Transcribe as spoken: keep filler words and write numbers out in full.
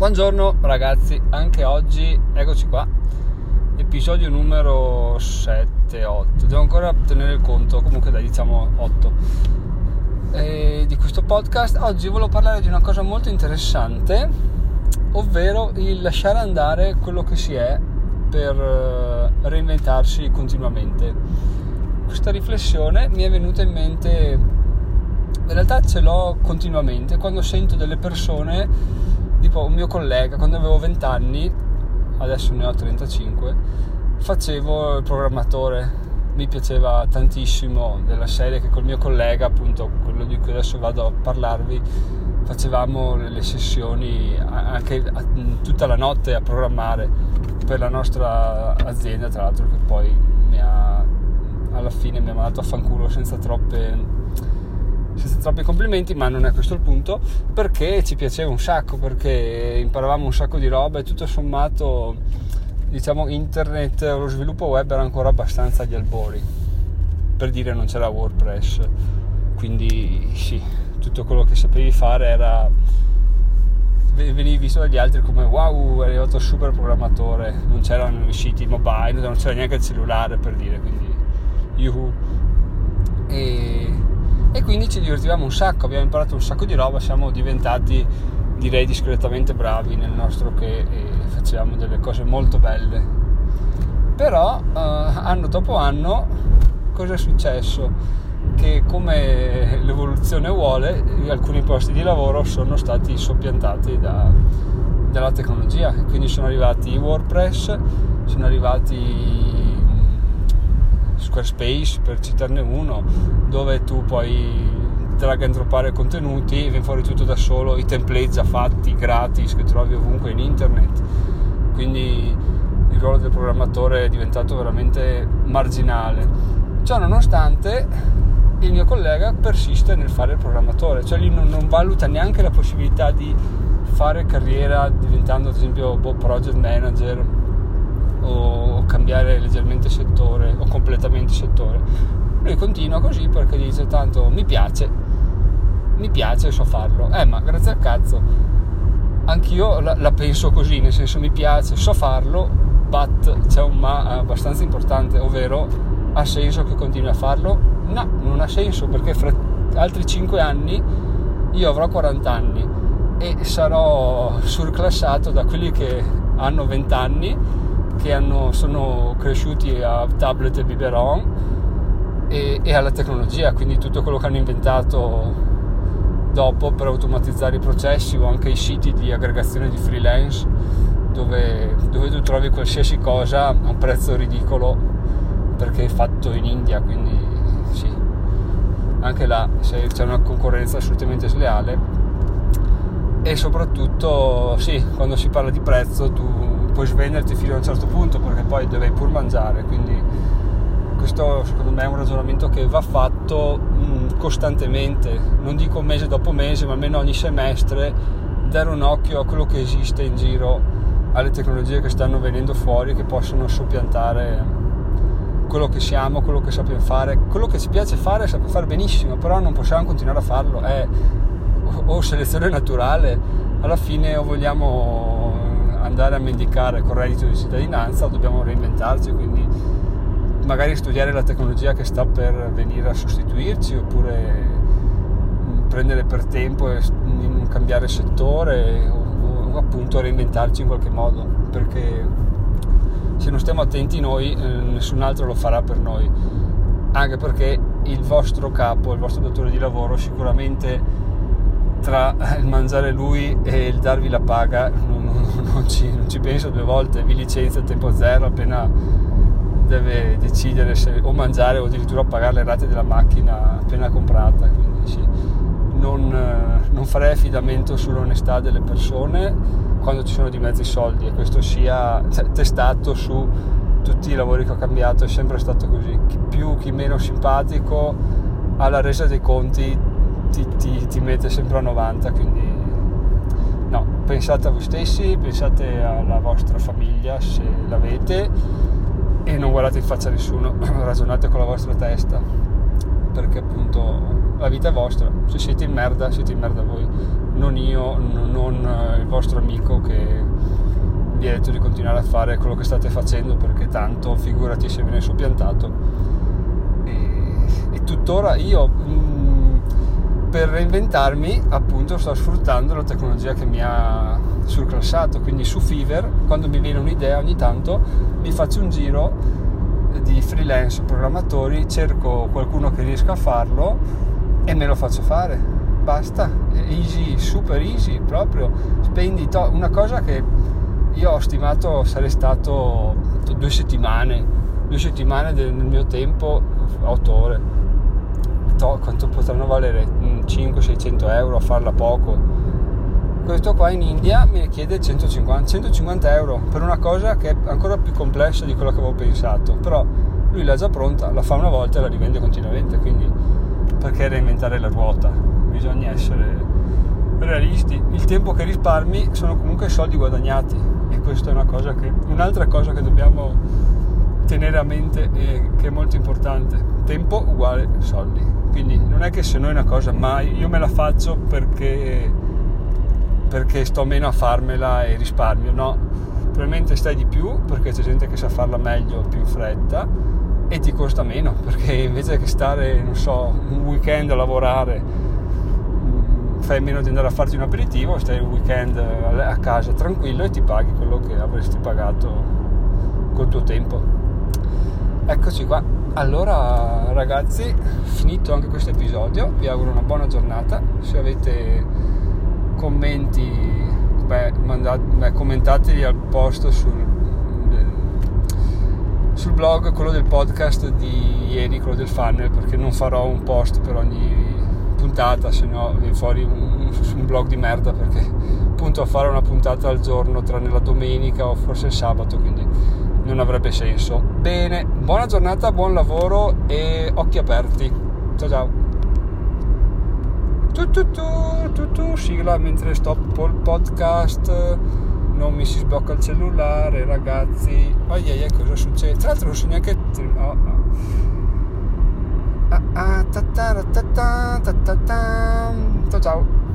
Buongiorno ragazzi, anche oggi eccoci qua, episodio numero sette otto, devo ancora tenere il conto, comunque dai diciamo otto e di questo podcast. Oggi volevo parlare di una cosa molto interessante, ovvero il lasciare andare quello che si è per reinventarsi continuamente. Questa riflessione mi è venuta in mente, in realtà ce l'ho continuamente quando sento delle persone, tipo un mio collega, quando avevo venti anni, adesso ne ho trentacinque, facevo il programmatore, mi piaceva tantissimo della serie che col mio collega, appunto quello di cui adesso vado a parlarvi, facevamo le sessioni anche tutta la notte a programmare per la nostra azienda, tra l'altro, che poi mi ha, alla fine mi ha mandato a fanculo senza troppe senza troppi complimenti, ma non è questo il punto, perché ci piaceva un sacco, perché imparavamo un sacco di roba e tutto sommato, diciamo, internet o lo sviluppo web era ancora abbastanza agli albori, per dire non c'era WordPress, quindi sì, tutto quello che sapevi fare era, venivi visto dagli altri come wow, è arrivato il super programmatore, non c'erano i siti mobile, non c'era neanche il cellulare, per dire, quindi yuhu. E E quindi ci divertivamo un sacco, abbiamo imparato un sacco di roba, siamo diventati, direi, discretamente bravi nel nostro che e facevamo delle cose molto belle. Però eh, anno dopo anno cosa è successo? Che come l'evoluzione vuole, alcuni posti di lavoro sono stati soppiantati da, dalla tecnologia, quindi sono arrivati i WordPress, sono arrivati Squarespace, per citarne uno, dove tu puoi drag and droppare contenuti, viene fuori tutto da solo, i template già fatti gratis che trovi ovunque in internet, quindi il ruolo del programmatore è diventato veramente marginale. Ciò nonostante, il mio collega persiste nel fare il programmatore, cioè lui non, non valuta neanche la possibilità di fare carriera diventando ad esempio project manager o cambiare leggermente settore o completamente settore. Lui continua così perché dice tanto mi piace mi piace e so farlo, eh ma grazie al cazzo anch'io la, la penso così, nel senso mi piace, so farlo, but c'è un ma abbastanza importante, ovvero ha senso che continui a farlo? No, non ha senso, perché fra altri cinque anni io avrò quaranta anni e sarò surclassato da quelli che hanno venti anni, che hanno, sono cresciuti a tablet e biberon e, e alla tecnologia, quindi tutto quello che hanno inventato dopo per automatizzare i processi, o anche i siti di aggregazione di freelance dove, dove tu trovi qualsiasi cosa a un prezzo ridicolo perché è fatto in India, quindi sì, anche là c'è una concorrenza assolutamente sleale. E soprattutto sì, quando si parla di prezzo tu puoi svenderti fino a un certo punto, perché poi devi pur mangiare, quindi questo secondo me è un ragionamento che va fatto mh, costantemente, non dico mese dopo mese, ma almeno ogni semestre, dare un occhio a quello che esiste in giro, alle tecnologie che stanno venendo fuori, che possono soppiantare quello che siamo, quello che sappiamo fare, quello che ci piace fare, sappiamo fare benissimo, però non possiamo continuare a farlo, è o selezione naturale, alla fine, o vogliamo andare a mendicare con reddito di cittadinanza o dobbiamo reinventarci, quindi magari studiare la tecnologia che sta per venire a sostituirci, oppure prendere per tempo e cambiare settore o, o appunto reinventarci in qualche modo, perché se non stiamo attenti noi eh, nessun altro lo farà per noi, anche perché il vostro capo, il vostro datore di lavoro sicuramente tra il mangiare lui e il darvi la paga non, non, non, ci, non ci penso due volte, vi licenzia a tempo zero appena deve decidere se o mangiare o addirittura pagare le rate della macchina appena comprata, quindi sì, non, non farei affidamento sull'onestà delle persone quando ci sono di mezzo i soldi, e questo sia cioè, testato su tutti i lavori che ho cambiato, è sempre stato così, chi più chi meno simpatico alla resa dei conti Ti, ti, ti mette sempre a novanta, quindi no, pensate a voi stessi, pensate alla vostra famiglia se l'avete e non guardate in faccia a nessuno, ragionate con la vostra testa, perché appunto la vita è vostra, se siete in merda siete in merda voi, non io, n- non il vostro amico che vi ha detto di continuare a fare quello che state facendo, perché tanto figurati se viene soppiantato. E, e tuttora io mh, per reinventarmi appunto sto sfruttando la tecnologia che mi ha surclassato, quindi su Fiverr quando mi viene un'idea ogni tanto mi faccio un giro di freelance programmatori, cerco qualcuno che riesca a farlo e me lo faccio fare, basta, easy, super easy proprio, spendi to- una cosa che io ho stimato sarei stato due settimane due settimane del mio tempo, otto ore, to- quanto potranno valere? cinquecento seicento euro a farla poco. Questo qua in India mi chiede centocinquanta euro per una cosa che è ancora più complessa di quello che avevo pensato, però lui l'ha già pronta, la fa una volta e la rivende continuamente, quindi perché reinventare la ruota? Bisogna essere realisti. Il tempo che risparmi sono comunque soldi guadagnati, e questa è una cosa che, un'altra cosa che dobbiamo tenere a mente e che è molto importante: tempo uguale soldi. Quindi non è che se noi una cosa, ma io me la faccio perché perché sto meno a farmela e risparmio, no, probabilmente stai di più perché c'è gente che sa farla meglio, più in fretta, e ti costa meno, perché invece che stare, non so, un weekend a lavorare, fai meno di andare a farti un aperitivo, stai un weekend a casa tranquillo e ti paghi quello che avresti pagato col tuo tempo. Eccoci qua. Allora ragazzi, finito anche questo episodio, vi auguro una buona giornata. Se avete commenti, beh, mandate, beh, commentateli al post sul, del, sul blog, quello del podcast di ieri, quello del funnel, perché non farò un post per ogni puntata, se no viene fuori un, un blog di merda, perché appunto a fare una puntata al giorno tranne la domenica o forse il sabato, quindi non avrebbe senso. Bene, buona giornata, buon lavoro e occhi aperti. Ciao ciao. Tu, tu, tu, tu, tu, sigla mentre stoppo il podcast, non mi si sblocca il cellulare, ragazzi. Oh yeah, yeah, cosa succede? Tra l'altro non so neanche. Oh, oh. Ah, ah, ta, ta, ta, ta, ta, ta, ta. Ciao ciao.